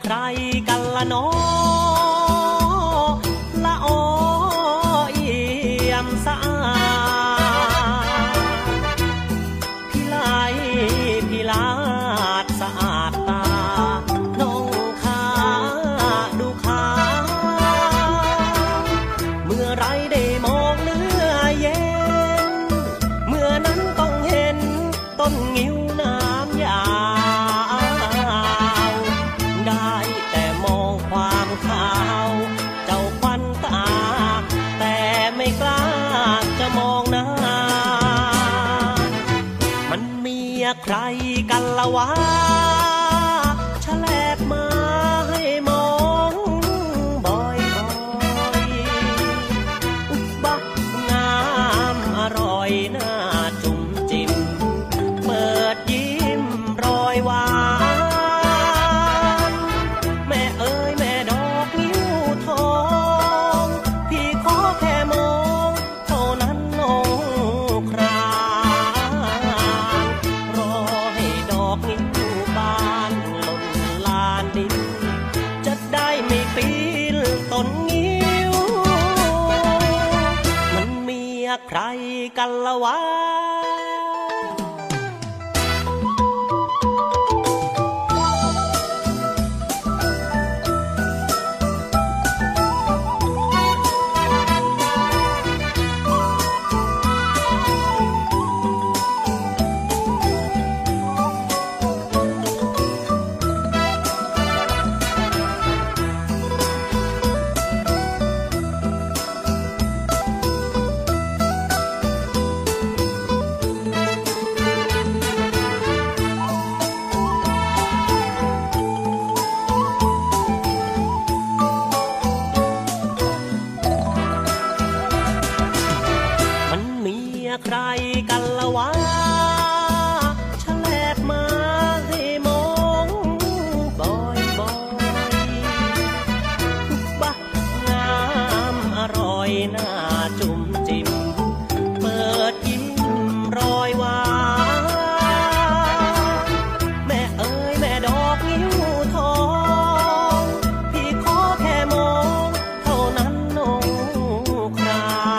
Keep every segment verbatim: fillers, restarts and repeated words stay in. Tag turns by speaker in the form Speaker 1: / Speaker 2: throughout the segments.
Speaker 1: ใครกันละน้อละออเอี่ยมสะอาดพี่ไลพี่ลาดสะอาดตาน้องขาดูขาเมื่อไรได้มองเนื้อเย็นเมื่อนั้นต้องเห็นต้นงิ้วน้ำยาวได้แต่มองความขาวเจ้าควันตาแต่ไม่กล้าจะมองหน้ามันมีใครกันละวะฉลบมาให้มองบ่อยๆอุบักงามอร่อยน่าจุ่มจิ้มเปิดยิ้มรอยหวานแม่เอ๋ยแม่ดอกนิ้วทองพี่ขอแค่มองเท่านั้นองครานรอให้ดอกนิ้วบานหล่นลานดินจะได้ไม่ปีนต้นงิ้วมันมีใครกันละวะใครกันละวะฉลบมาให้มองบ่อยๆบักงามอร่อยน่าจุ่มจิ้มเปิดยิ้มรอยหวานแม่เอ๋ยแม่ดอกนิ้วทองพี่ขอแค่มองเท่านั้นน้องคร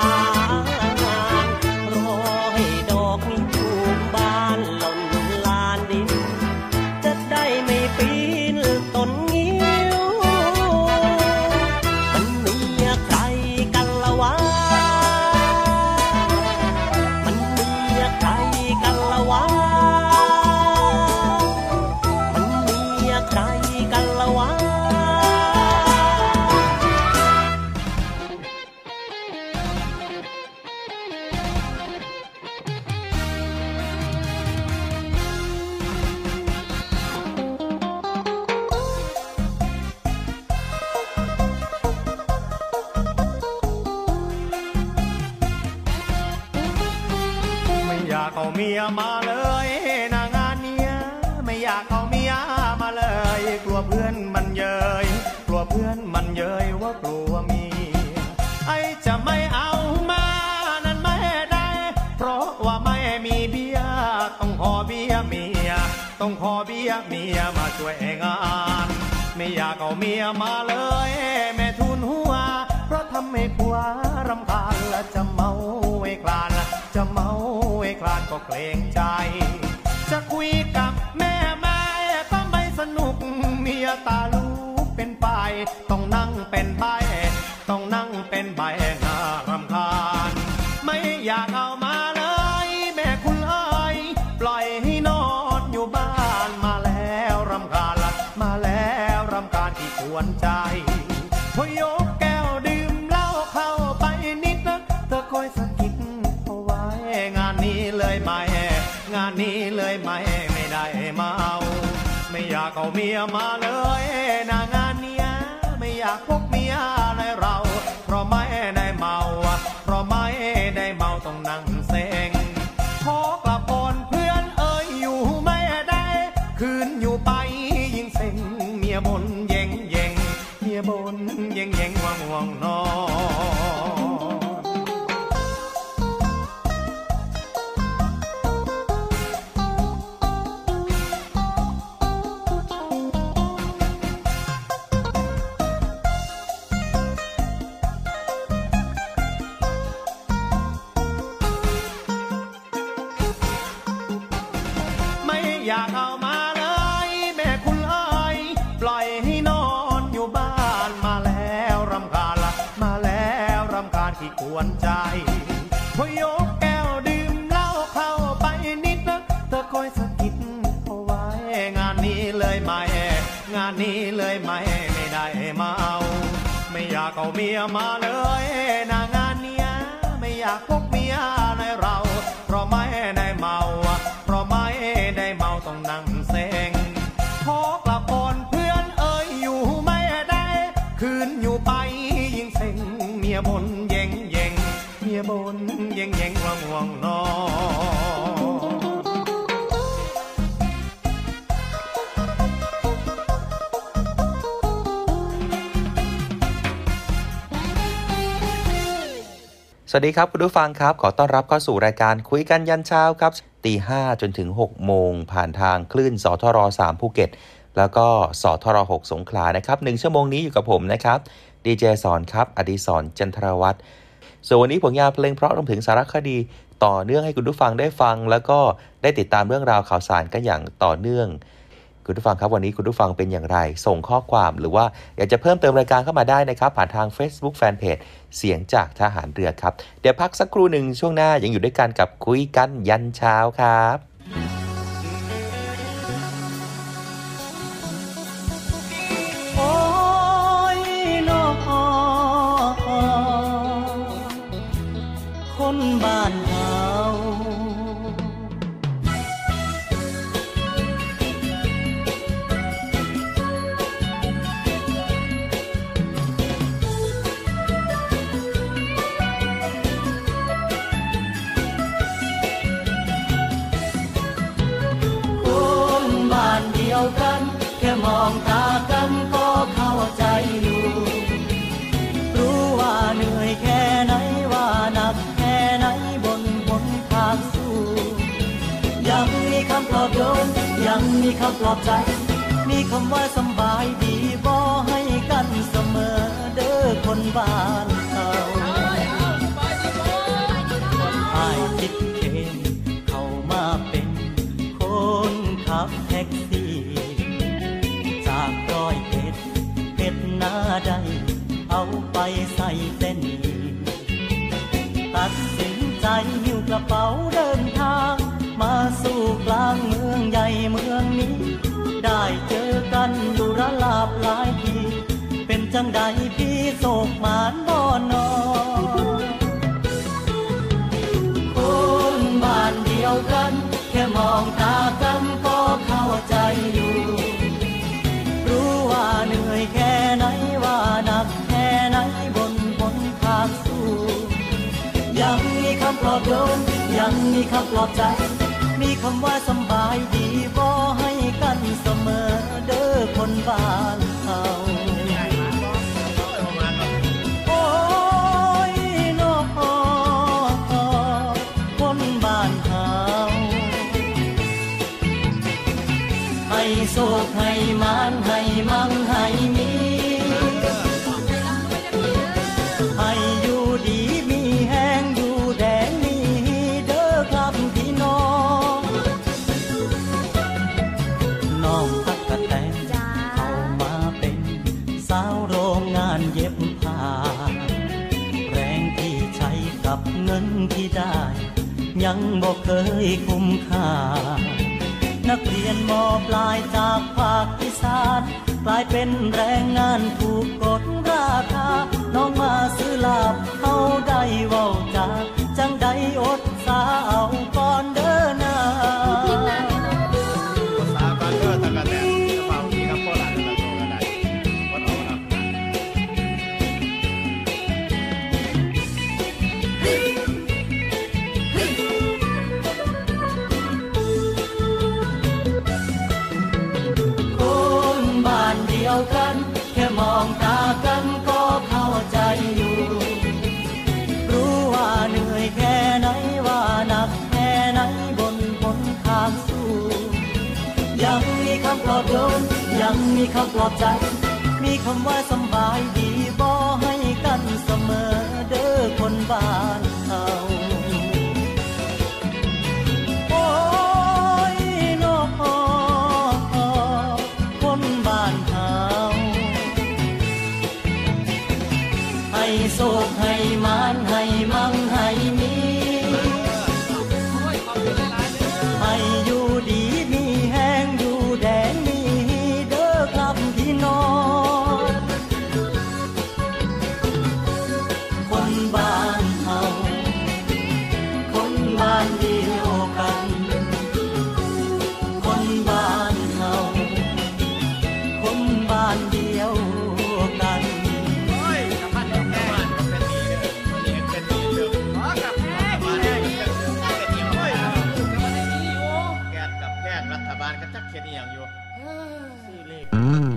Speaker 2: เอาเมียมาเลยนางานเนี้ยไม่อยากเอาเมียมาเลยกลัวเพื่อนมันเย้ยกลัวเพื่อนมันเย้ยว่ากลัวเมียไอ้จะไม่เอามานั้นไม่ได้เพราะว่าไม่มีเบี้ยต้องขอเบี้ยเมียต้องขอเบี้ยเมียมาช่วยงานไม่อยากเอาเมียมาเลยแม่ทุนหัวเพราะทำให้ผัวรำคาญและจะเมาไอ้คลานจะเมาไอ้คลานก็เกรงใจจะคุยกับแม่แม่ก็ไม่สนุกเมียตาลูกเป็นไปต้องนั่งเป็นใบต้องนั่งเป็นใบน่ารำคาญไม่อยากเอามาเลยแม่คุณเอ๋ยปล่อยให้นอนอยู่บ้านมาแล้วรำคาญละมาแล้วรำคาญที่ควรใจพอยกแก้วดื่มเหล้าเข้าไปนิดนะเธอคอยสะกิดเอาไว้งานนี้เลยไม่งานนี้เลยไม่ไม่ได้เมาไม่อยากเอาเมียมาเลยนางานเนี้ยไม่อยากพกเมียในเราเพราะไม่ได้เมาเพราะไม่ได้เมาต้องนั่งเซ็งขอกลับก่อนเพื่อนเอ่ยอยู่ไม่ได้คืนอยู่ไปยิ่งเซ็งเมียบ่นเย่งเย่งเมียบ่นเย่งเย่งว่างว่างนอนอยากเอามาเลยแม่คุณเอ๋ยปล่อยให้นอนอยู่บ้านมาแล้วรำคาญละมาแล้วรำคาญที่กวนใจพอยกแก้วดื่มเหล้าเข้าไปนิดนะเธอคอยสะกิดเอาไว้งานนี้เลยไม่งานนี้เลยไม่ไม่ได้เมาไม่อยากเอาเมียมาเลยนางานเนี้ยไม่อยากพบเมียในเราเพราะไม่ได้เมาเพราะไม่ได้เมาต้องนั่งเซ็งพอกลับก่อนเพื่อนเอ่ยอยู่ไม่ได้คืนอยู่ไปยิ่งเซ็งเมียบ่นเย่งเย่งเมียบ่นเย่งเย่งว่าง่วงนอน
Speaker 3: สวัสดีครับคุณผู้ฟังครับขอต้อนรับเข้าสู่รายการคุยกันยันเช้าครับตีห้าจนถึงหกโมงผ่านทางคลื่นสทรสามภูเก็ตแล้วก็สทรหกสงขลานะครับหนึ่งชั่วโมงนี้อยู่กับผมนะครับดีเจสอนครับอดิศรจันทรวัฒน์ส่วนวันนี้ผลงานเพลงเพราะรวมถึงสารคดีต่อเนื่องให้คุณผู้ฟังได้ฟังแล้วก็ได้ติดตามเรื่องราวข่าวสารกันอย่างต่อเนื่องคุณผู้ฟังครับวันนี้คุณผู้ฟังเป็นอย่างไรส่งข้อความหรือว่าอยากจะเพิ่มเติมรายการเข้ามาได้นะครับผ่านทาง Facebook Fanpage เสียงจากทหารเรือครับเดี๋ยวพักสักครู่หนึ่งช่วงหน้ายังอยู่ด้วยกันกับคุยกันยันเช้าครับ
Speaker 1: โอ้ยน้องคนบ้านเฮากันแค่มองตากันก็เข้าใจอยู่รู้ว่าเหนื่อยแค่ไหนว่าหนักแค่ไหนบนบนทางสู้ยังมีคำปลอบโยนยังมีคำปลอบใจมีคำว่าสบายดีบ่ให้กันเสมอเด้อคนบ้านเราอ้ายคิดเองเข้ามาเป็นคนขับแท็กซี่จากร้อยเอ็ดเอ็ดหน้าใดเอาไปใส่เส้นตัดสินใจหิ้วกระเป๋าเดินทางมาสู่กลางเมืองใหญ่เมืองนี้ได้เจอกันดูระลาบหลายทีเป็นจังใดพี่โศกหมานบ่นอคนบ้านเดียวกันแค่มองตากันก็เข้าใจอยู่รู้ว่าเหนื่อยแค่ไหนว่าหนักแค่ไหนบนบนทางสู้ยังมีคำปลอบโยนยังมีคำปลอบใจมีคำว่าสบายดีบ่ให้กันเสมอเด้อคนบ้านเขาโอ้ยน้องคนบ้านเขาให้โชคให้มานให้มั่งให้มีให้อยู่ดีมีแห้งอยู่แดงมีเด้อครับพี่น้องน้องตักกะแตนเข้ามาเป็นสาวโรงงานเย็บผ้าแรงที่ใช้กับเงินที่ได้ยังบ่เคยคุ้มค่านักเรียนม.ปลายจากภาคอีสานกลายเป็นแรงงานถูกกดราคาน้องมาซื้อลาบเขาได้เว้าจาจังใดอดสาเอาก่อนเด้อนา
Speaker 2: สาบ้านเด้อตะกะแตนกระเป๋ามีครับโคราชตะโตกันได้วัดเอานะ
Speaker 1: กันแค่มองตากันก็เข้าใจอยู่รู้ว่าเหนื่อยแค่ไหนว่าหนักแค่ไหนบนบนทางสู้ยังมีคำปลอบโยนยังมีคำปลอบใจมีคำว่าสบายดีบ่ให้กันเสมอเด้อคนบ้านเขาโอ้ยน้องให้โศกให้มานให้มั่งให้มีให้อยู่ดีมีแห้งอยู่แดงมีเด้อครับพี่น้องคนบ้านเฮาคนบ้านเดียวกันคนบ้านเฮาคนบ้านเดียวกัน
Speaker 2: รัฐบาลก็จักเขียนอีหยังอยู่ซื้อเลข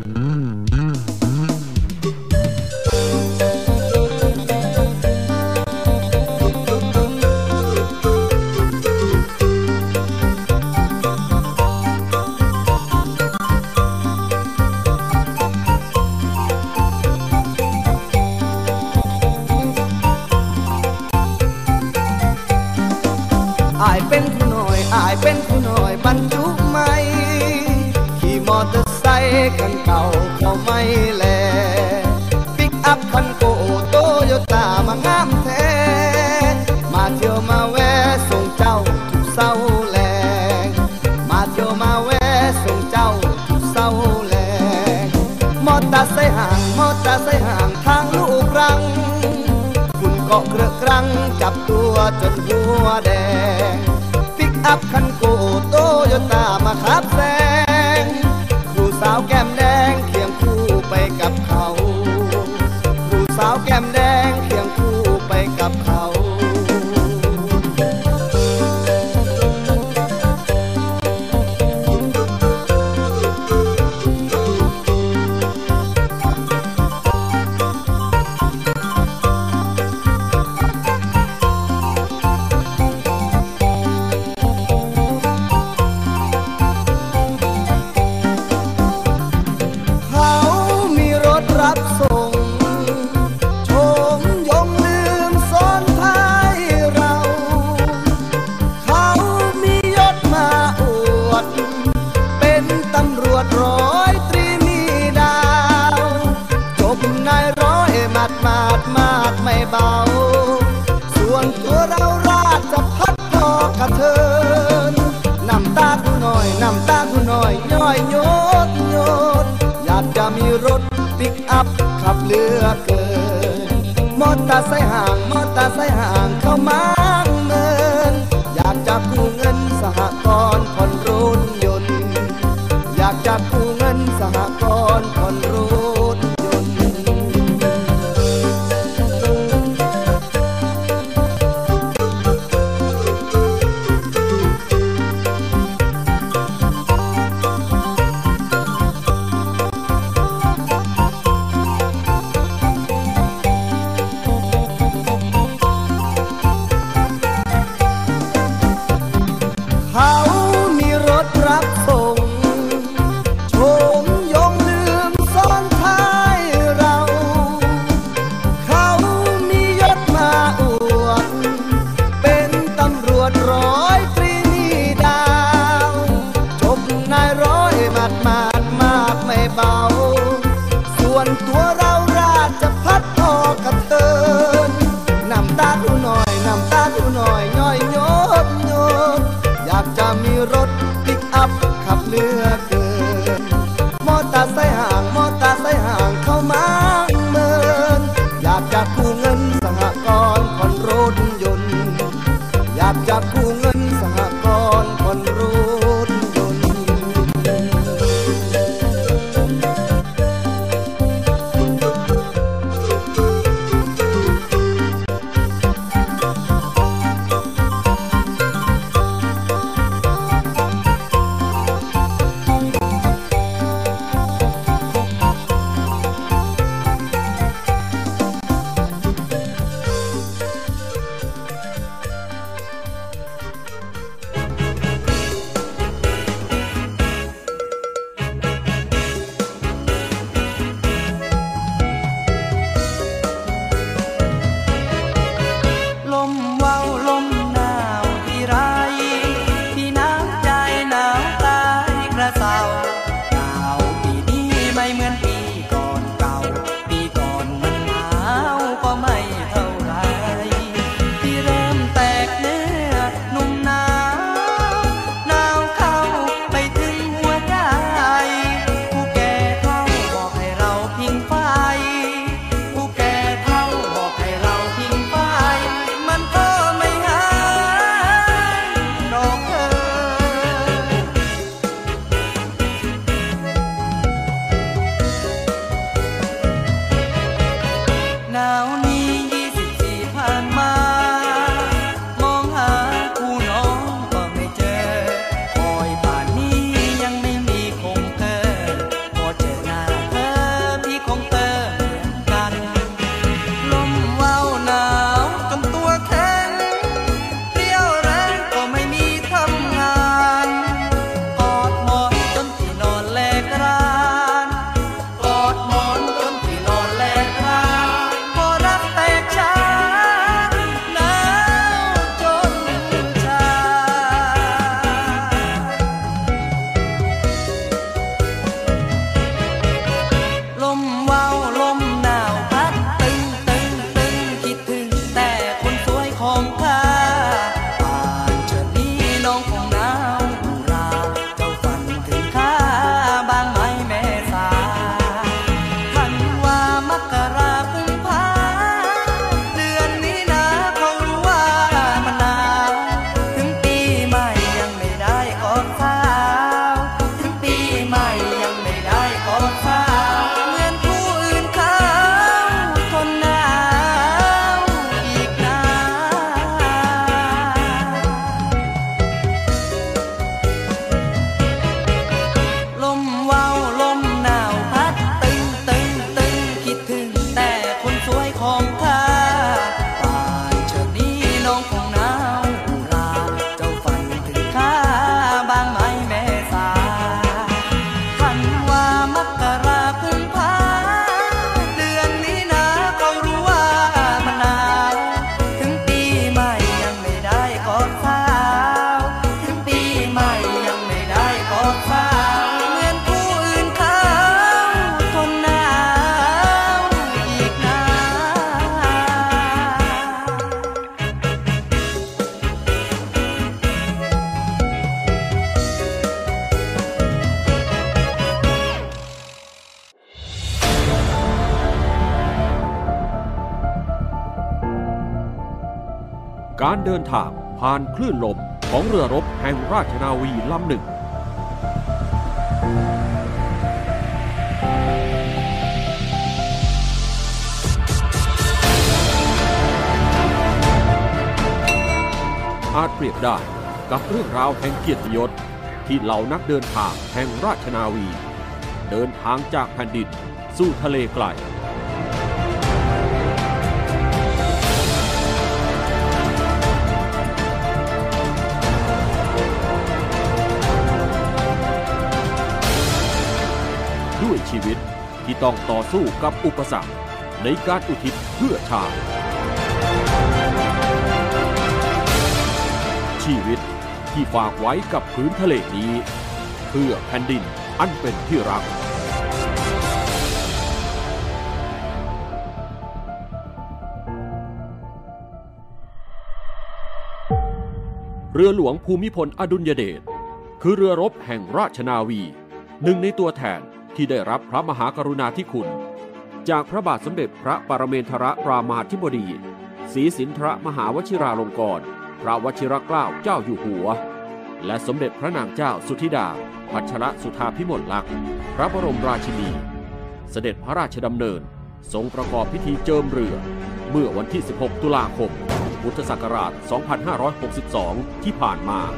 Speaker 4: อายเป็นผู้น้อยอายเป็นผู้น้อยบรรจุไม่ขี่มอเตอร์ไซค์คันเก่าเขาไม่แลปิกอัพคันโกโตโยต้ามางามแท้มาเที่ยวมาแวะส่งเจ้าทุกเศร้าแลงมาเที่ยวมาแวะส่งเจ้าทุกเศร้าแลงมอเตอร์ไซค์ห่างมอเตอร์ไซค์ห่างทางลูกรังฝุ่นเกาะเกลือกรังจับตัวจนหัวแดงปิกอัพคันโกโตโยต้ามาขับแซงครูสาวแก้มแดงเคียงคู่ไปกับเขาครูสาวแก้มแดงเคียงคู่ไปกับเขารับส่งชมยงลืมซ้อนท้ายเราเขามียศมาอวดเป็นตำรวจร้อยตรีมีดาวจบนายร้อยมาดมาดมาดไม่เบาส่วนตัวเราราชพัฒพอกระเทินน้ำตากูหน่อยน้ำตากูหน่อยย่อยโยดโยดอยากจะมีรถปิกอัพขับเรือเกินมอเตอร์ไซค์ห่างมอเตอร์ไซค์ห่างเข้ามาเมินอยากจะกู้เงินสหกรณ์ผ่อนรถยนต์อยากจะกู้เงินสหกรณ์ผ่อนรถยนต์เขามีรถรับส่งชมยงลืมซ้อนท้ายเราเขามียศมาอวดเป็นตำรวจร้อยตรีมีดาวจบนายร้อยมาดมาดมาดไม่เบาส่วนตัวเราราชพัฒพอกระเทินน้ำตากูหน่อยน้ำตากูหน่อยย่อยโยดโยดอยากจะมีรถปิกอัพขับเรือเกินมอเตอร์ไซค์ห่างมอเตอร์ไซค์ห่างเข้ามาเมินอยากจะกู้เงินสหกรณ์ผ่อนรถยนต์อยากจะกู้เงินสหกรณ์ผ่อนรถยนต์
Speaker 5: การเดินทางผ่านคลื่นลมของเรือรบแห่งราชนาวีลำหนึ่งอาจเปรียบได้กับเรื่องราวแห่งเกียรติยศที่เหล่านักเดินทางแห่งราชนาวีเดินทางจากแผ่นดินสู่ทะเลไกลด้วยชีวิตที่ต้องต่อสู้กับอุปสรรคในการอุทิศเพื่อชาติชีวิตที่ฝากไว้กับพื้นทะเลนี้เพื่อแผ่นดินอันเป็นที่รักเรือหลวงภูมิพลอดุลยเดชคือเรือรบแห่งราชนาวีหนึ่งในตัวแทนที่ได้รับพระมหากรุณาธิคุณจากพระบาทสมเด็จพระปรเมนทรรามาธิบดีศรีสินธรมหาวชิราลงกรณ์พระวชิรเกล้าเจ้าอยู่หัวและสมเด็จพระนางเจ้าสุธิดาพัชรสุธาภิมลลักษณ์พระบรมราชินีเสด็จพระราชดำเนินทรงประกอบพิธีเจิมเรือเมื่อวันที่สิบหกตุลาคมพุทธศักราชสองพันห้าร้อยหกสิบสองที่ผ่านมา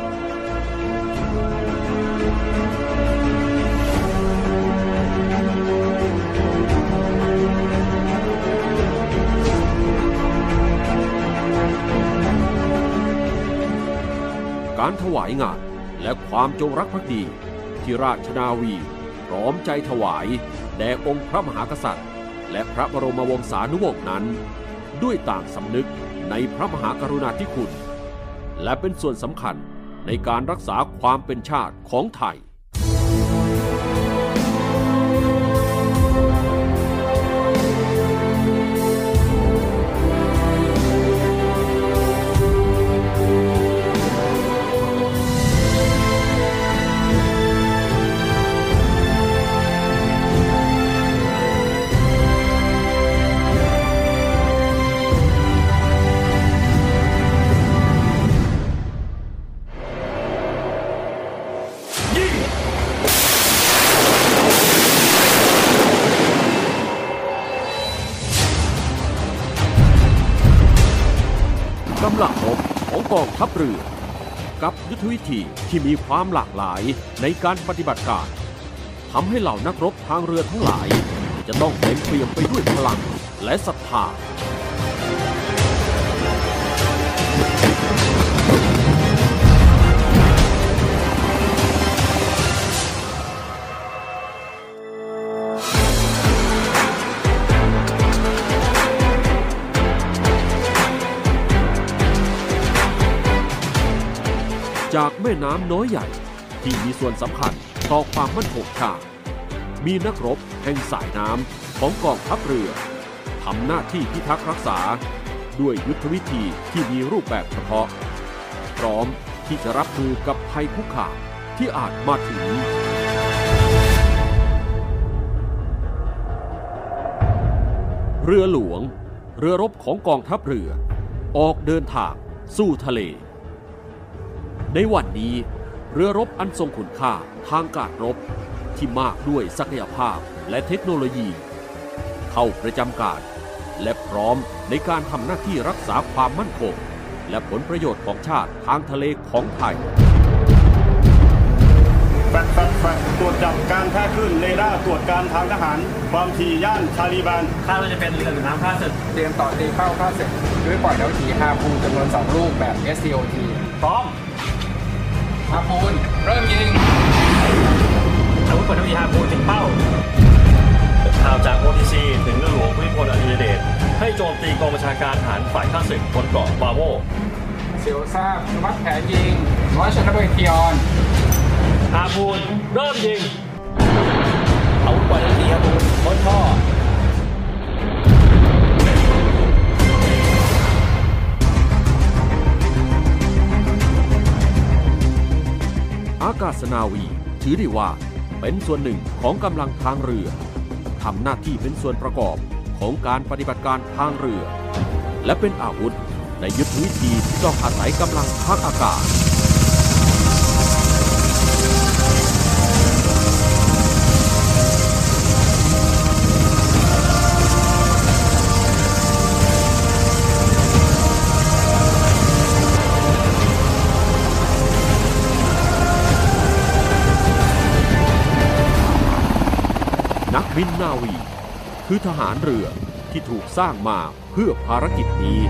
Speaker 5: การถวายงานและความจงรักภักดีที่ราชนาวีพร้อมใจถวายแด่องค์พระมหากษัตริย์และพระบรมวงศานุวงศ์นั้นด้วยต่างสำนึกในพระมหากรุณาธิคุณและเป็นส่วนสำคัญในการรักษาความเป็นชาติของไทยกำลังรบของกองทัพเรือกับยุทธวิธีที่มีความหลากหลายในการปฏิบัติการทำให้เหล่านักรบทางเรือทั้งหลายจะต้องเต็มเปี่ยมไปด้วยพลังและศรัทธาจากแม่น้ำน้อยใหญ่ที่มีส่วนสำคัญต่อความมั่นคงชาติมีนักรบแห่งสายน้ำของกองทัพเรือทำหน้าที่พิทักษ์รักษาด้วยยุทธวิธีที่มีรูปแบบเฉพาะพร้อมที่จะรับมือกับภัยคุกคามที่อาจมาถึงเรือหลวงเรือรบของกองทัพเรือออกเดินทางสู่ทะเลในวันนี้เรือรบอันทรงคุณค่าทางการรบที่มากด้วยศักยภาพและเทคโนโลยีเข้าประจำการและพร้อมในการทำหน้าที่รักษาความมั่นคงและผลประโยชน์ของชาติทางทะเลของไทย
Speaker 2: แฟกแฟกแฟกตรวจจับการแพร่คลื่นเรดาร์ตรวจการทางทหารความถี่ย่านชาลีแบน
Speaker 6: คาดว่าจะเป็นเรือหรือน้ำข้าศึก
Speaker 7: เตรียมต่อตีเข้าข้าศึกด้วยปล่อยดาวถีฮาพูจำนวนสองลูกแบบ เอส ซี โอ ที
Speaker 6: พร้อม
Speaker 7: ฮาพูนเริ่มยิง
Speaker 6: อาวุธปฐวีฮาพูนถึงเป้าข่าวจาก โอ ที ซี ถึงเรือหลวงภูมิพลอดุลยเดชให้โจมตีกองบัญชาการทหารฝ่ายข้าศึกบนเกาะบาโว
Speaker 7: เสียวทราบวัดแผนยิงร้อยชนบทคิออน
Speaker 6: ฮาพูนเริ่มยิง
Speaker 7: อาวุธปฐวีฮาพูนพ้นท่อ
Speaker 5: อากาศนาวีถือได้ว่าเป็นส่วนหนึ่งของกำลังทางเรือทำหน้าที่เป็นส่วนประกอบของการปฏิบัติการทางเรือและเป็นอาวุธในยุทธวิธีที่ต้องอาศัยกำลังทางอากาศนักบินนาวีคือทหารเรือที่ถูกสร้างมาเพื่อภารกิจนี้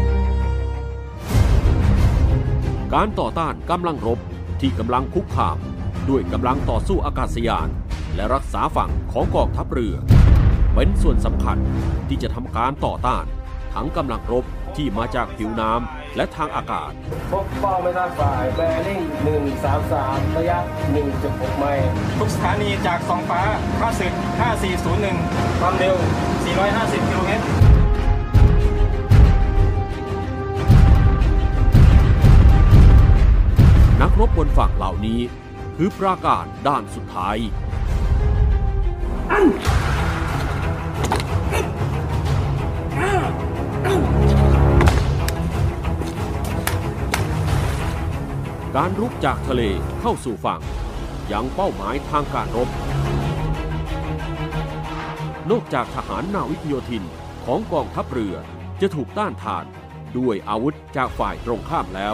Speaker 5: การต่อต้านกำลังรบที่กำลังคุกคามด้วยกำลังต่อสู้อากาศยานและรักษาฝั่งของกองทัพเรือเป็นส่วนสำคัญที่จะทำการต่อต้านทั้งกำลังรบที่มาจากผิวน้ำและทางอากาศ
Speaker 8: พบเป้าไม่ทราบฝ่ายแบริ่งหนึ่งสามสามระยะ หนึ่งจุดหก ไมล์
Speaker 9: ทุกสถานีจากสองฟ้าข้าศึกห้าสี่ศูนย์หนึ่งความเร็วสี่ร้อยห้าสิบกิโลเมตร
Speaker 5: นักรบบนฝั่งเหล่านี้คือปราการด้านสุดท้ายการรุกจากทะเลเข้าสู่ฝั่งยังเป้าหมายทางการรบนอกจากทหารนาวิกโยธินของกองทัพเรือจะถูกต้านทานด้วยอาวุธจากฝ่ายตรงข้ามแล้ว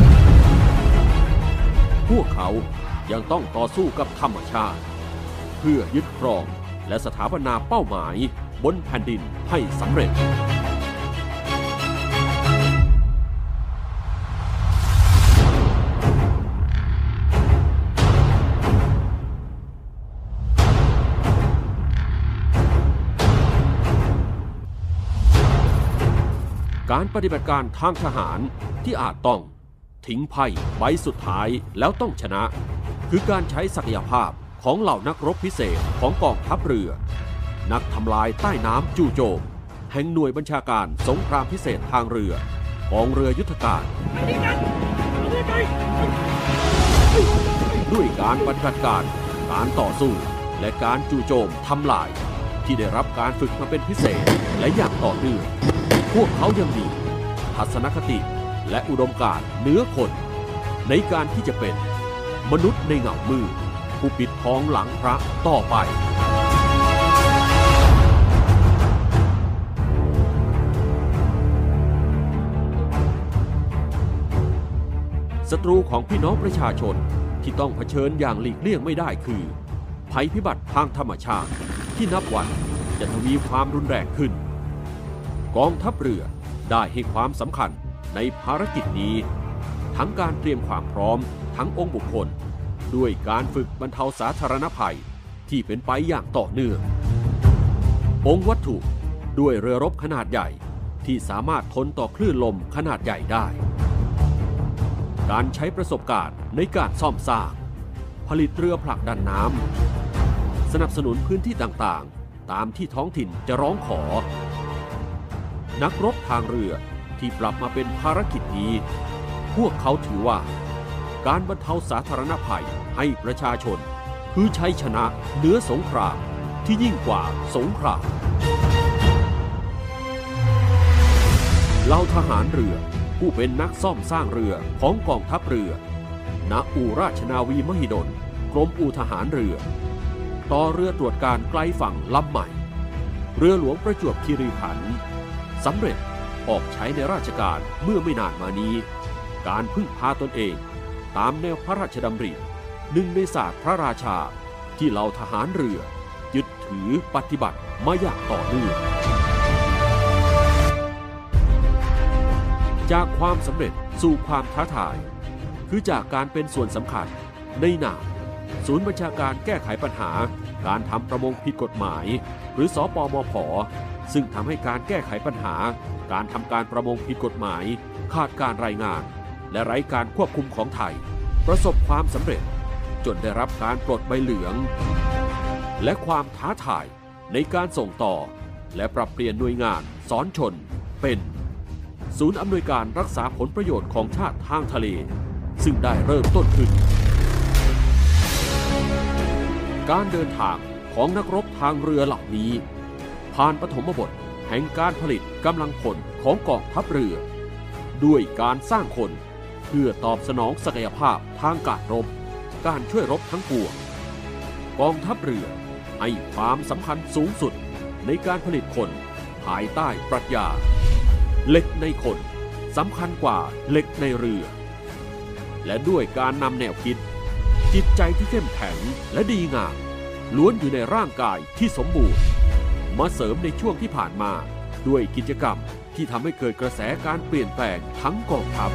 Speaker 5: พวกเขายังต้องต่อสู้กับธรรมชาติเพื่อยึดครองและสถาปนาเป้าหมายบนแผ่นดินให้สำเร็จการปฏิบัติการทางทหารที่อาจต้องทิ้งไพ่ใบสุดท้ายแล้วต้องชนะคือการใช้ศักยภาพของเหล่านักรบพิเศษของกองทัพเรือนักทำลายใต้น้ำจู่โจมแห่งหน่วยบัญชาการสงครามพิเศษทางเรือกองเรือยุทธการด้วยการปฏิบัติการการต่อสู้และการจู่โจมทำลายที่ได้รับการฝึกมาเป็นพิเศษและอย่างต่อเนื่องพวกเขายังมีทัศนคติและอุดมการณ์เหนือคนในการที่จะเป็นมนุษย์ในเงามืดผู้ปิดทองหลังพระต่อไปศัตรูของพี่น้องประชาชนที่ต้องเผชิญอย่างหลีกเลี่ยงไม่ได้คือภัยพิบัติทางธรรมชาติที่นับวันจะทวีความรุนแรงขึ้นกองทัพเรือได้ให้ความสำคัญในภารกิจนี้ทั้งการเตรียมความพร้อมทั้งองค์บุคคลด้วยการฝึกบรรเทาสาธารณภัยที่เป็นไปอย่างต่อเนื่ององค์วัตถุด้วยเรือรบขนาดใหญ่ที่สามารถทนต่อคลื่นลมขนาดใหญ่ได้การใช้ประสบการณ์ในการซ่อมสร้างผลิตเรือผลักดันน้ำสนับสนุนพื้นที่ต่างๆตามที่ท้องถิ่นจะร้องขอนักรบทางเรือที่ปรับมาเป็นภารกิจนี้พวกเขาถือว่าการบรรเทาสาธารณภัยให้ประชาชนคือชัยชนะเหนือสงครามที่ยิ่งกว่าสงครามเหล่าทหารเรือผู้เป็นนักซ่อมสร้างเรือของกองทัพเรือณอู่ราชนาวีมหิดลกรมอู่ทหารเรือต่อเรือตรวจการไกลฝั่งลำใหม่เรือหลวงประจวบคีรีขันธ์สำเร็จออกใช้ในราชการเมื่อไม่นานมานี้การพึ่งพาตนเองตามแนวพระราชดำริหนึ่งในศาสตร์พระราชาที่เหล่าทหารเรือยึดถือปฏิบัติมาอย่างต่อเนื่องจากความสำเร็จสู่ความท้าทายคือจากการเป็นส่วนสำคัญในนามศูนย์บัญชาการแก้ไขปัญหาการทำประมงผิดกฎหมายหรือสปมผ.ซึ่งทำให้การแก้ไขปัญหาการทำการประมงผิดกฎหมายขาดการรายงานและไร้การควบคุมของไทยประสบความสำเร็จจนได้รับการปลดใบเหลืองและความท้าทายในการส่งต่อและปรับเปลี่ยนหน่วยงานสอนชนเป็นศูนย์อำนวยการรักษาผลประโยชน์ของชาติทางทะเลซึ่งได้เริ่มต้นขึ้นการเดินทางของนักรบทางเรือเหล่านี้ผ่านปฐมบทแห่งการผลิตกำลังพลของกองทัพเรือด้วยการสร้างคนเพื่อตอบสนองศักยภาพทางการรบการช่วยรบทั้งปวงกองทัพเรือให้ความสำคัญสูงสุดในการผลิตคนภายใต้ปรัชญาเหล็กในคนสำคัญกว่าเหล็กในเรือและด้วยการนำแนวคิดจิตใจที่เข้มแข็งและดีงามล้วนอยู่ในร่างกายที่สมบูรณ์มาเสริมในช่วงที่ผ่านมาด้วยกิจกรรมที่ทำให้เกิดกระแสการเปลี่ยนแปลงทั้งกองทัพ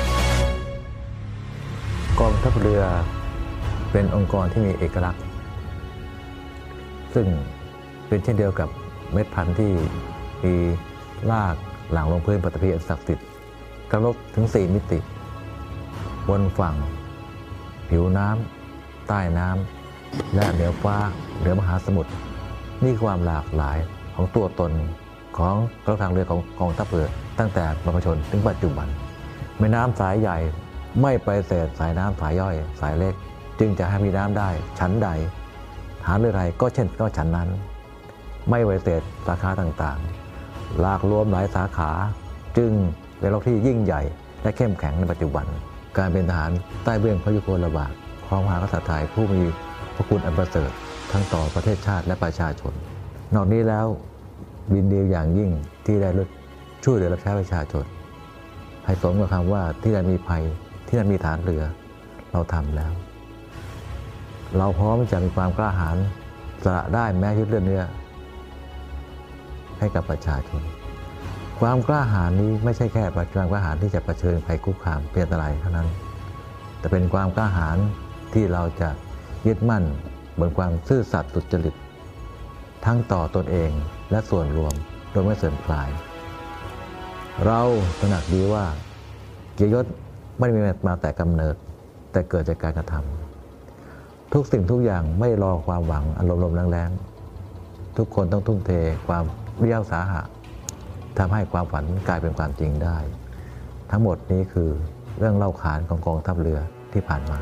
Speaker 10: กองทัพเรือเป็นองค์กรที่มีเอกลักษณ์ซึ่งเป็นเช่นเดียวกับเม็ดพันธุ์ที่มีรากหลังลงพื้นปฐพีอันศักดิ์สิทธิ์กระทบถึงสี่มิติบนฝั่งผิวน้ำใต้น้ำและเหนือฟ้าเหนือมหาสมุทรนี่ความหลากหลายของตัวตนของกองทัพเรือของกองทัพเรือตั้งแต่บรรพชนถึงปัจจุบันแม่น้ำสายใหญ่ไม่ไปเศษสายน้ำสายย่อยสายเล็กจึงจะให้มีน้ำได้ชั้นใดฐานเรือใดก็เช่นก็ชั้นนั้นไม่ไปเศษสาขาต่างๆหลากรวมหลายสาขาจึงเป็นโลกที่ยิ่งใหญ่และเข้มแข็งในปัจจุบันการเป็นทหารใต้เบื้องพระยุคลบาทของมหากษัตริย์ไทยผู้มีพระคุณอันประเสริฐทั้งต่อประเทศชาติและประชาชนนอกนี้แล้วยินดีอย่างยิ่งที่ได้ช่วยเหลือรับใช้ประชาชนให้สมกับคำว่าที่ใดมีภัยที่ใดมีฐานเรือเราทำแล้วเราพร้อมจะมีความกล้าหาญสละได้แม้ชีวิตเลือดเนื้อให้กับประชาชนความกล้าหาญนี้ไม่ใช่แค่ความกล้าหาญที่จะเผชิญภัยคุกคามเป็นอันตรายเท่านั้นแต่เป็นความกล้าหาญที่เราจะยึดมั่นบนความซื่อสัตย์สุจริตทั้งต่อตนเองและส่วนรวมโดยไม่เสื่อมคลายเราตระหนักดีว่าเกียรติยศไม่ได้มีมาแต่กำเนิดแต่เกิดจากการกระทำทุกสิ่งทุกอย่างไม่รอความหวังอารมณ์ลมแรงๆทุกคนต้องทุ่มเทความเรียวสาหะทำให้ความฝันกลายเป็นความจริงได้ทั้งหมดนี้คือเรื่องเล่าขานของกองทัพเรือที่ผ่านมา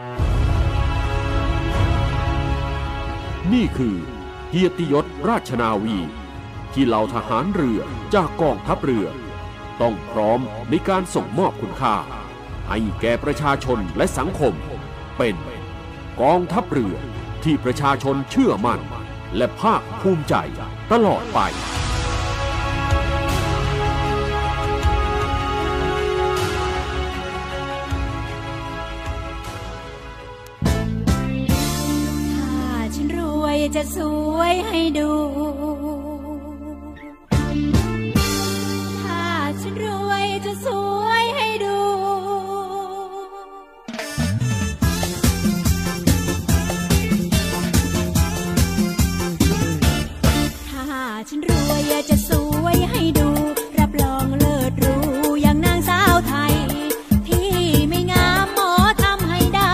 Speaker 5: นี่คือเกียรติยศราชนาวีที่เหล่าทหารเรือจากกองทัพเรือต้องพร้อมในการส่งมอบคุณค่าให้แก่ประชาชนและสังคมเป็นกองทัพเรือที่ประชาชนเชื่อมั่นและภาคภูมิใจตลอดไป
Speaker 11: จะสวยให้ดูถ้าฉันรวยจะสวยให้ดูถ้าฉันรวยจะสวยให้ดูรับรองเลิศหรูอย่างนางสาวไทยที่ไม่งามหมอทำให้ได้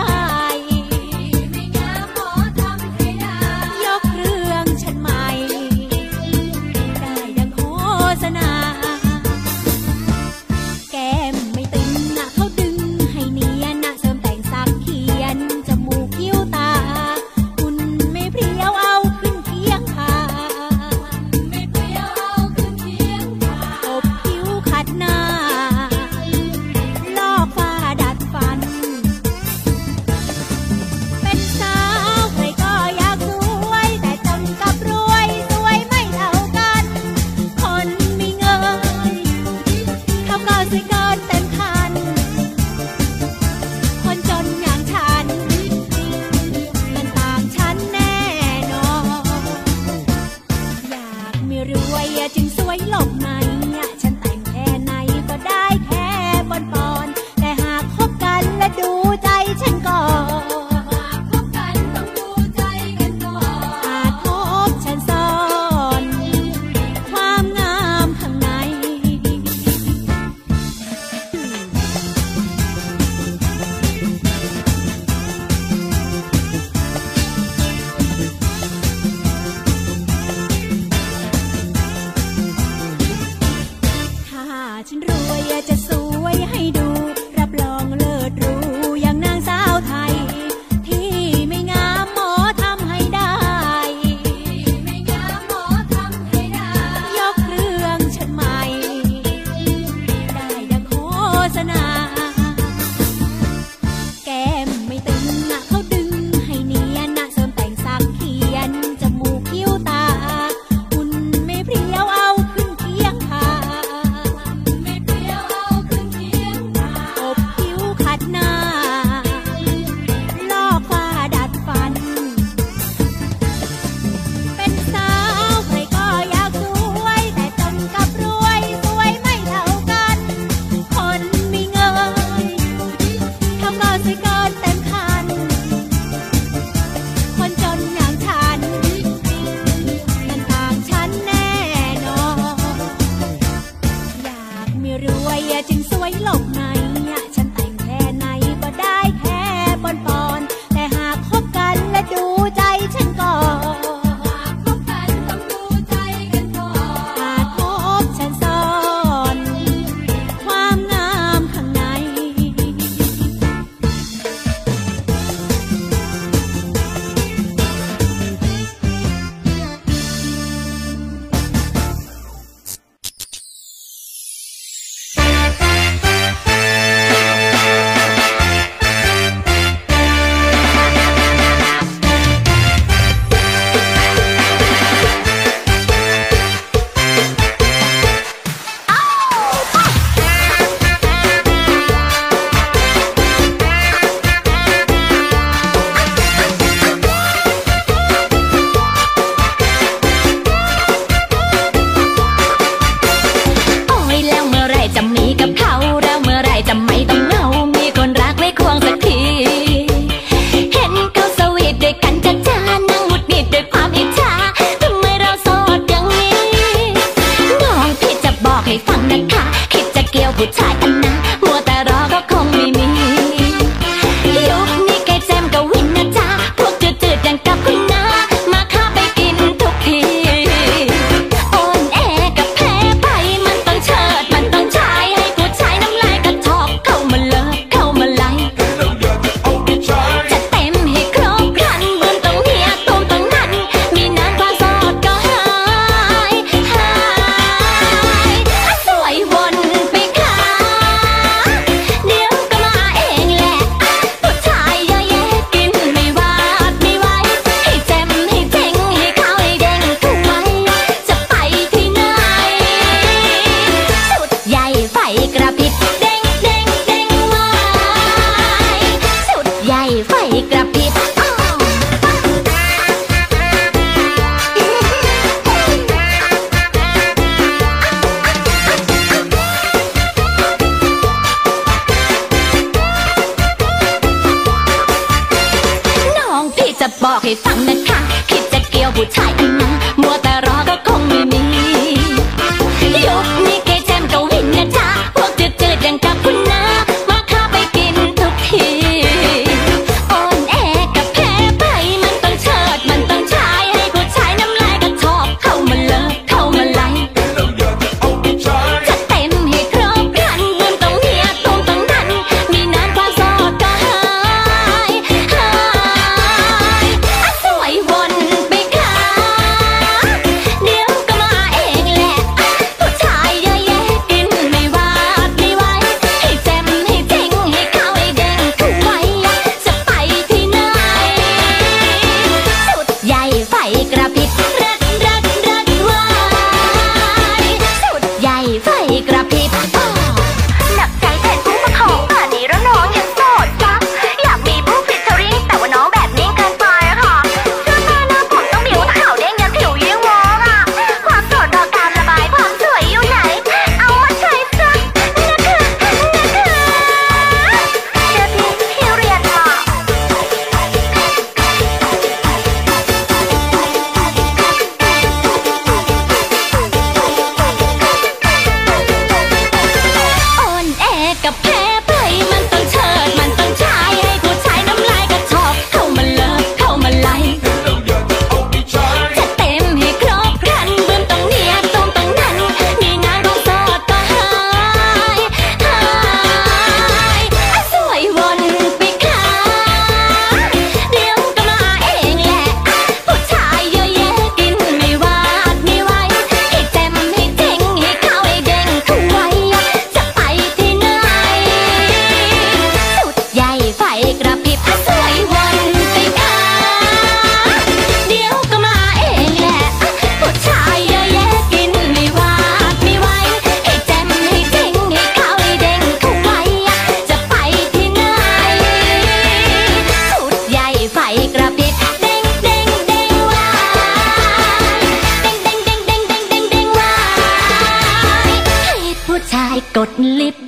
Speaker 12: นะคะคิดจะเกี่ยวผู้ชายอันนั้นมัวแต่รอก็คงไม่มียุคนี้แกแจมกับวินนะจ๊ะพวกจืดๆอย่างกับคุณน้ามาข้าไปกินทุกทีอ่อนแอกับแพ้ไปมันต้องเชิดมันต้องใช้ให้ผู้ชายน้ำลายกระทอกเข้ามาเลยเข้ามาไล่จะเต็มให้ครบครันบืนตรงเฮียตูมตรงนั้นมีนานความโสดก็หายหายสวยวนไปค่ะเดี๋ยวก็มาเองแหละผู้ชายเยอะแยะกินไม่วาดไม่ไหวให้แจมให้เจ๋งให้ขาวให้เด้งเข้าไว้จะไปที่ไหนสุดใหญ่ไฟกระพริบเด้งเด้งเด้งไว้สุดใหญ่ไฟกระพริบอ้าวน้องพี่จะบอกให้ฟังนะคะคิดจะเกี่ยวผู้ชายอันนั้นมัวแต่รอก็คงไม่มียุคนี้แกแจมกับวินนะจ๊ะพวกจืดๆอย่างกับคุณน้ามาข้าไปกินทุกทีอ่อนแอกับแพ้ไปมันต้องเชิดมันต้องใช้ให้ผู้ชายน้ำลายกระทอกเข้ามาเลยเข้ามาไล่จะเต็มให้ครบครันบืนตรงเฮียตูมตรงนั้นมีนานความโสดก็หายหายสวยวนไปค่ะเดี๋ยวก็มาเองแหละผู้ชายเยอะแยะกินไม่วาดไม่ไหวให้แจมให้เจ๋งให้ขาวให้เด้งเข้าไว้จะไปที่ไหนสุดใหญ่ไฟกระพริบรัดรัดรัดไว้สุดใหญ่ไฟกระพริบอ้อหนักใจแทนผู้ปกครองป่านนี้แล้วน้องยังโสดจ้ะอยากมีผู้ฟิชเชอริ่งแต่ว่าน้องแบบนิ่งเกินไปอะค่ะเสื้อผ้าหน้าผมต้องผิวขาวเด้งยันผิวเยี่ยงวอกอะความโสดรอการระบายความสวยอยู่ไหนเอามาใช้สักนะคะนะคะเดี๋ยวพี่พี่เรียนมาอ่อนแอกับแพ้ไปมันต้องเชิดมันต้องใช้ให้ผู้ชายน้ำลายกระทอกเข้ามาเลยเข้ามาไล่จะเต็มให้ครบครันบืนตรงเนี้ยตูมตรงนั้นมีนานความโสดก็หายหายสวยวนไปค่ะเดี๋ยวก็มาเองแหละผู้ชายเยอะแยะกินไม่วาดไม่ไหวให้แจมให้เจ๋งให้ขาวให้เด้งเข้าไว้จะไปที่ไหนสุดใหญ่ไฟกระพริบสวยวนไปค่ะเดี๋ยวก็มาเองแหละผู้ชายเยอะแยะกินไม่วาดไม่ไหวให้แจมให้เจ๋งให้ขาวให้เด้งเข้าไว้จะไปที่ไหนสุดใหญ่ไฟกระพริบเด้งเด้งเด้งไว้เด้งเด้งเด้งเด้งเด้งเด้งเด้งไว้ให้ผู้ชายกดลิฟต์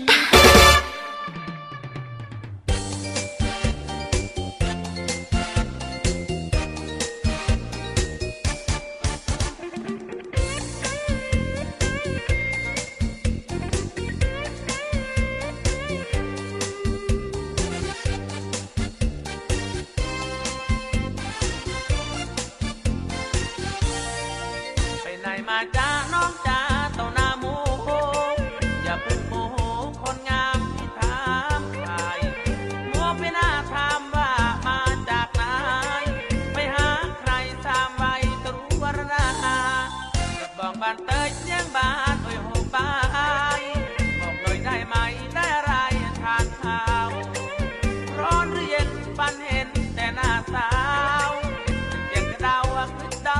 Speaker 13: ไปไหนมาจ้าน้องจ้าเต่าหน้าหมูอย่าเพิ่งโมโหคนงามที่ถามใครมัวไปหน้าถามว่ามาจากไหนไปหาใครถามไว้ตรู้วรณาบอกบ้านเตยเสียงบ้านโอ้ยโหบ้ายบอกหน่อยได้ไหมได้อะไรทานข้าวร้อนหรือเย็นปันเห็นแต่หน้าสาวเสียงกระดาวขึ้นดัง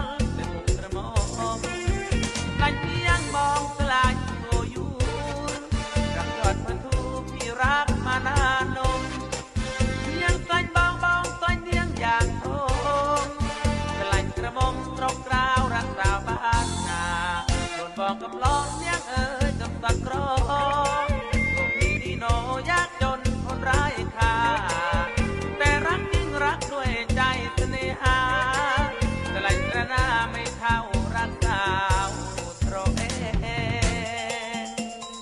Speaker 13: ลายเพียงมองสลายโออยู่รักยอดพันธุพี่รักมานานนมยังใส่บองบองใส่เนียงอย่างโทมสลายกระมงตรงกราวรักสาวบ้านนาโดนบอกกับล้อเนียงเอ๋ยกับสักรอตัวพี่ดีโนยากจนคนไร้ค่าแต่รักจริงรักด้วยใจเสน่หาสลายกระหน้าไม่เท่ารักสาว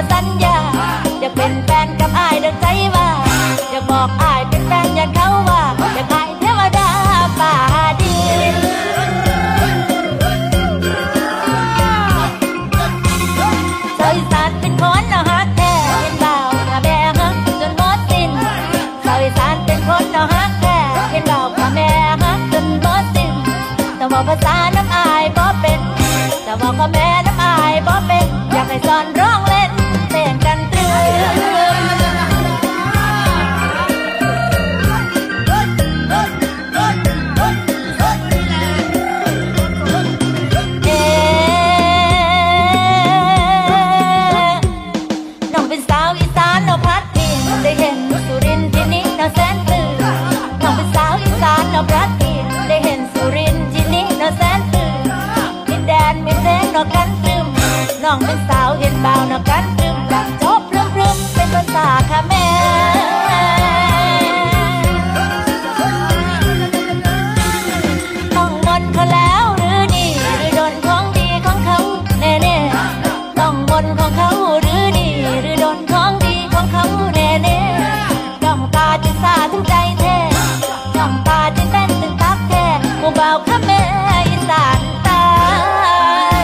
Speaker 12: สัญญาอยากเป็นแฟนกับอ้ายดังใจว่าอยากบอกอ้ายเป็นแฟนอยากเขาว่าอยากอ้ายเทวดาฟ้าดินชาวอีสานเป็นคนเนาะฮักแท้เป็นบ่าวกับแม่ฮักจนหมดสิ้นชาวอีสานเป็นคนเนาะฮักแท้เป็นบ่าวกับแม่ฮักจนหมดสิ้นแต่ว่าภาษาน้ำอายบ่เป็นแต่ว่ากับแม่น้ำอายบ่เป็นอยากให้สอนร้องเล่นเต้นกันตรึมน้องเป็นสาวอีสานเนาะพัดพิงได้เห็นสุรินทร์ที่นี่เนาะแสนปลื้มน้องเป็นสาวอีสานเนาะพัดพิงได้เห็นสุรินทร์ที่นี่เนาะแสนปลื้มมีแดนมีเพลงเนาะกันตรึมน้องเป็นสาวเห็นบ่าวเนาะกันตรึมดังจบพรึมๆเป็นภาษาค่ะแม่ต้องมนต์เขาแล้วหรือดีหรือโดนของดีของเขาแน่ๆต้องมนต์ของเขาหรือดีหรือโดนของดีของเขาแน่ๆจ้องตาจนซาถึงใจแท้จ้องตาจนเต้นตึงตักแท้ผู้บ่าวค่ะแม่อีสานตาย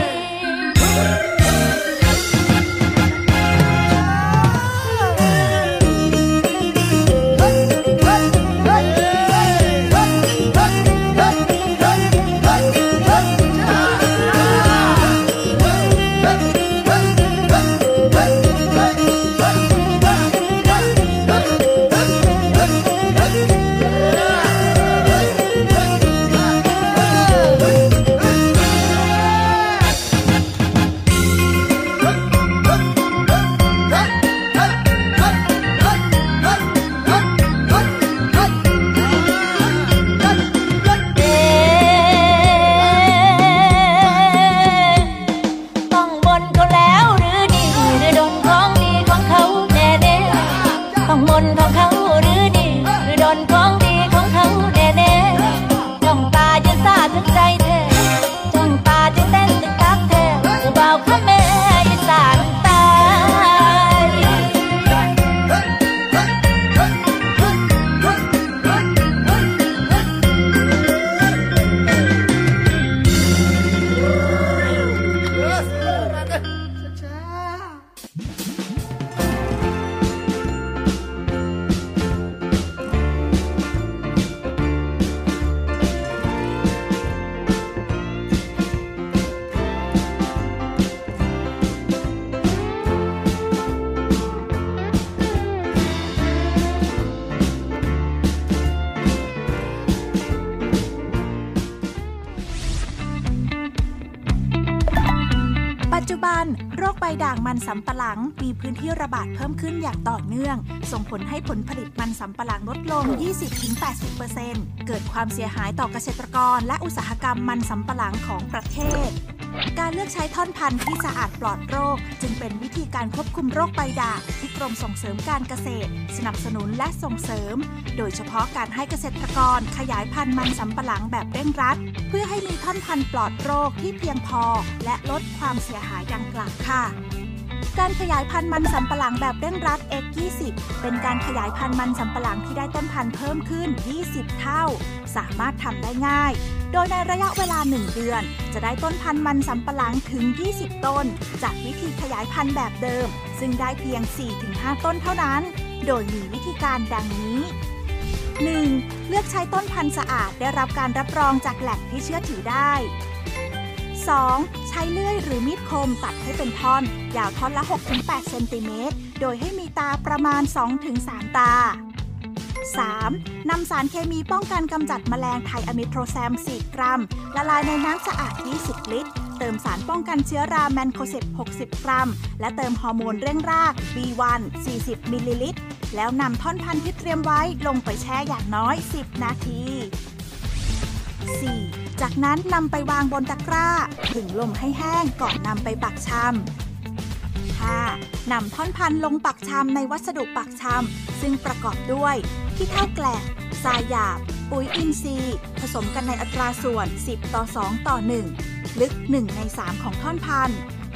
Speaker 14: ปัจจุบันโรคใบด่างมันสำปะหลังมีพื้นที่ระบาดเพิ่มขึ้นอย่างต่อเนื่องส่งผลให้ผลผลิตมันสำปะหลังลดลง ยี่สิบถึงแปดสิบเปอร์เซ็นต์ เกิดความเสียหายต่อเกษตรกรและอุตสาหกรรมมันสำปะหลังของประเทศการเลือกใช้ท่อนพันธุ์ที่สะอาดปลอดโรคจึงเป็นวิธีการควบคุมโรคใบด่างที่กรมส่งเสริมการเกษตรสนับสนุนและส่งเสริมโดยเฉพาะการให้เกษตรกรขยายพันธุ์มันสำปะหลังแบบเร่งรัดเพื่อให้มีท่อนพันธุ์ปลอดโรคที่เพียงพอและลดความเสียหายดังกล่าวค่ะการขยายพันธุ์มันสำปะหลังแบบเร่งรัด เอ็กซ์ ยี่สิบ เป็นการขยายพันธุ์มันสำปะหลังที่ได้ต้นพันธุ์เพิ่มขึ้น ยี่สิบ เท่าสามารถทำได้ง่ายโดยในระยะเวลาหนึ่งเดือนจะได้ต้นพันธุ์มันสำปะหลังถึงยี่สิบต้นจากวิธีขยายพันธุ์แบบเดิมซึ่งได้เพียง สี่ถึงห้า ต้นเท่านั้นโดยมีวิธีการดังนี้ หนึ่ง เลือกใช้ต้นพันธุ์สะอาดได้รับการรับรองจากแหล่งที่เชื่อถือได้ สอง ใช้เลื่อยหรือมีดคมตัดให้เป็นท่อนยาวท่อนละ หกถึงแปด เซนติเมตรโดยให้มีตาประมาณ สองถึงสาม ตา สาม นำสารเคมีป้องกันกำจัดแมลงไทอะมิโทรแซม สี่ กรัมละลายในน้ำสะอาด ยี่สิบ ลิตรเติมสารป้องกันเชื้อราแมนโคเซป หกสิบ กรัมและเติมฮอร์โมนเร่งราก บี วัน สี่สิบ มิลลิลิตรแล้วนำท่อนพันธุ์ที่เตรียมไว้ลงไปแช่อย่างน้อย สิบ นาที สี่ จากนั้นนำไปวางบนตะกร้าผึ่งลมให้แห้งก่อนนำไปปักชำ ห้า นำท่อนพันธุ์ลงปักชำในวัสดุปักชำซึ่งประกอบด้วยขี้เถ้าแกลบทรายหยาบปุ๋ยอินทรีย์ผสมกันในอัตราส่วน สิบ ต่อ สอง ต่อ หนึ่ง ลึก หนึ่ง ใน สาม ของท่อนพันธุ์ให้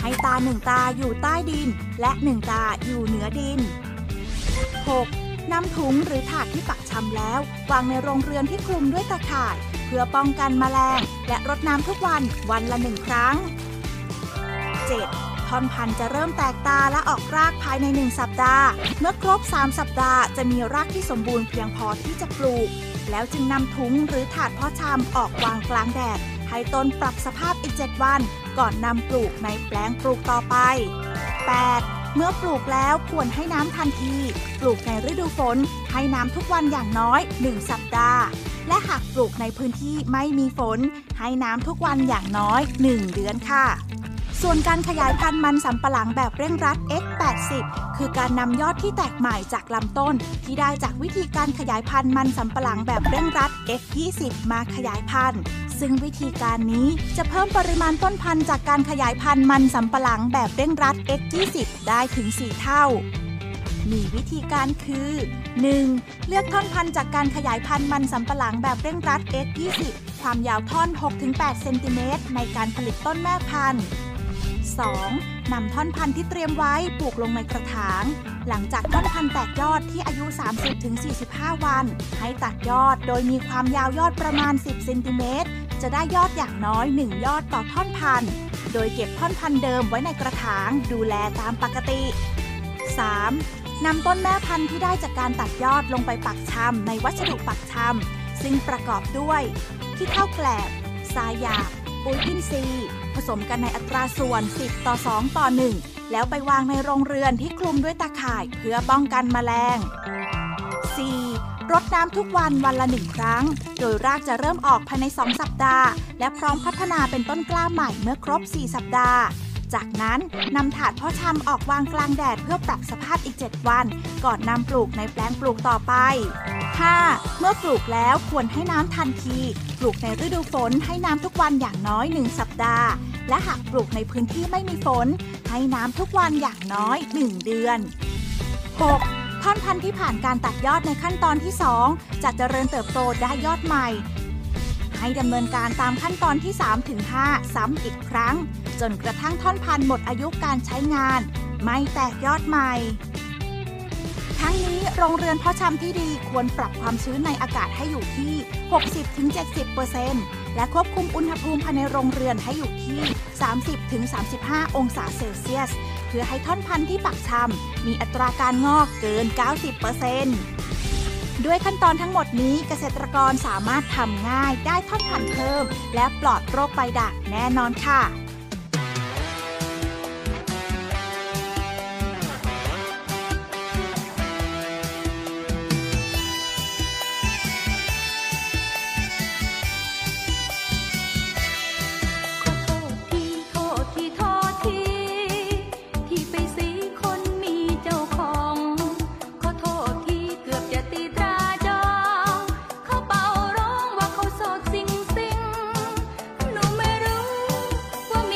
Speaker 14: ให้ตาหนึ่งตาอยู่ใต้ดินและหนึ่งตาอยู่เหนือดิน หก. นำถุงหรือถาดที่ปักชำแล้ววางในโรงเรือนที่คลุมด้วยตะข่ายเพื่อป้องกันแมลงและรดน้ำทุกวันวันละหนึ่งครั้ง เจ็ด. ท่อนพันธุ์จะเริ่มแตกตาและออกรากภายในหนึ่งสัปดาห์เมื่อครบสามสัปดาห์จะมีรากที่สมบูรณ์เพียงพอที่จะปลูกแล้วจึงนำถุงหรือถาดเพาะชำออกวางกลางแดดให้ต้นปรับสภาพอีกเจ็ดวันก่อนนำปลูกในแปลงปลูกต่อไป แปด. เมื่อปลูกแล้วควรให้น้ำทันทีปลูกในฤดูฝนให้น้ำทุกวันอย่างน้อยหนึ่งสัปดาห์และหากปลูกในพื้นที่ไม่มีฝนให้น้ำทุกวันอย่างน้อยหนึ่งเดือนค่ะส่วนการขยายพันธุ์มันสำปะหลังแบบเร่งรัด เอ็กซ์ แปดสิบ คือการนำยอดที่แตกใหม่จากลำต้นที่ได้จากวิธีการขยายพันธุ์มันสำปะหลังแบบเร่งรัด เอ็กซ์ ยี่สิบ มาขยายพันธุ์ซึ่งวิธีการนี้จะเพิ่มปริมาณต้นพันธุ์จากการขยายพันธุ์มันสำปะหลังแบบเร่งรัด เอ็กซ์ ยี่สิบ ได้ถึงสี่เท่ามีวิธีการคือ หนึ่ง. เลือกท่อนพันธุ์จากการขยายพันธุ์มันสำปะหลังแบบเร่งรัด เอ็กซ์ ยี่สิบ ความยาวท่อน หกถึงแปด เซนติเมตรในการผลิตต้นแม่พันธุ์ สอง. นำท่อนพันธุ์ที่เตรียมไว้ปลูกลงในกระถางหลังจากท่อนพันธุ์แตกยอดที่อายุ สามสิบถึงสี่สิบห้า วันให้ตัดยอดโดยมีความยาวยอดประมาณ สิบ เซนติเมตรจะได้ยอดอย่างน้อยหนึ่งยอดต่อท่อนพันธุ์โดยเก็บท่อนพันธุ์เดิมไว้ในกระถางดูแลตามปกติ สาม. นำต้นแม่พันธุ์ที่ได้จากการตัดยอดลงไปปักชำในวัสดุปักชำซึ่งประกอบด้วยขี้เถ้าแกลบทรายหยาบปุ๋ยอินทรีย์ผสมกันในอัตราส่วนสิบต่อสองต่อหนึ่งแล้วไปวางในโรงเรือนที่คลุมด้วยตาข่ายเพื่อป้องกันแมลง สี่. รดน้ำทุกวันวันละหนึ่งครั้งโดยรากจะเริ่มออกภายในสองสัปดาห์และพร้อมพัฒนาเป็นต้นกล้าใหม่เมื่อครบสี่สัปดาห์จากนั้นนำถาดเพาะชำออกวางกลางแดดเพื่อปรับสภาพอีกเจ็ดวันก่อนนำปลูกในแปลงปลูกต่อไป ห้า. เมื่อปลูกแล้วควรให้น้ำทันทีปลูกในฤดูฝนให้น้ำทุกวันอย่างน้อยหนึ่งสัปดาห์และหากปลูกในพื้นที่ไม่มีฝนให้น้ำทุกวันอย่างน้อยหนึ่งเดือน หก. ท่อนพันธุ์ที่ผ่านการตัดยอดในขั้นตอนที่สองจะเจริญเติบโตได้ยอดใหม่ให้ดำเนินการตามขั้นตอนที่ สามถึงห้า ซ้ำอีกครั้งจนกระทั่งท่อนพันธุ์หมดอายุการใช้งานไม่แตกยอดใหม่ทั้งนี้โรงเรือนเพาะชำที่ดีควรปรับความชื้นในอากาศให้อยู่ที่ หกสิบถึงเจ็ดสิบเปอร์เซ็นต์ และควบคุมอุณหภูมิภายในโรงเรือนให้อยู่ที่ สามสิบถึงสามสิบห้า องศาเซลเซียสเพื่อให้ท่อนพันธุ์ที่ปักชำมีอัตราการงอกเกิน เก้าสิบเปอร์เซ็นต์ ด้วยขั้นตอนทั้งหมดนี้เกษตรกรสามารถทำง่ายได้ท่อนพันธุ์เพิ่มและปลอดโรคใบด่างแน่นอนค่ะ
Speaker 12: ว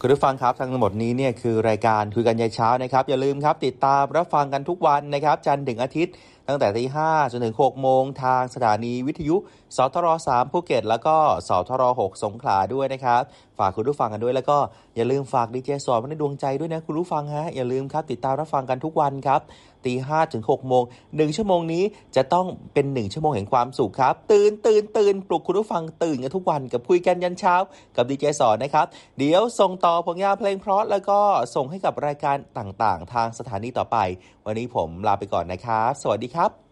Speaker 3: คุณผู้ฟังครับทั้งหมดนี้เนี่ยคือรายการคุยกันยายเช้านะครับอย่าลืมครับติดตามรับฟังกันทุกวันนะครับจันทร์ถึงอาทิตย์ตั้งแต่ตีห้าจนถึงหกโมงทางสถานีวิทยุสทรสามภูเก็ตแล้วก็สทรหกสงขลาด้วยนะครับฝากคุณผู้ฟังกันด้วยแล้วก็อย่าลืมฝากดีเจสอนไว้ในดวงใจด้วยนะคุณผู้ฟังฮะอย่าลืมครับติดตามรับฟังกันทุกวันครับตีห้าถึงหกโมงหนึ่งชั่วโมงนี้จะต้องเป็นหนึ่งชั่วโมงแห่งความสุขครับตื่นตื่นตื่นปลุกคุณผู้ฟังตื่นกันทุกวันกับคุยกันยันเช้ากับดีเจสอนนะครับเดี๋ยวส่งต่อผลงานเพลงเพราะแล้วก็ส่งให้กับรายการต่างๆทางสถานีต่อไปวันนี้ผมลาไปก่อนนะครับสวัสดีครับ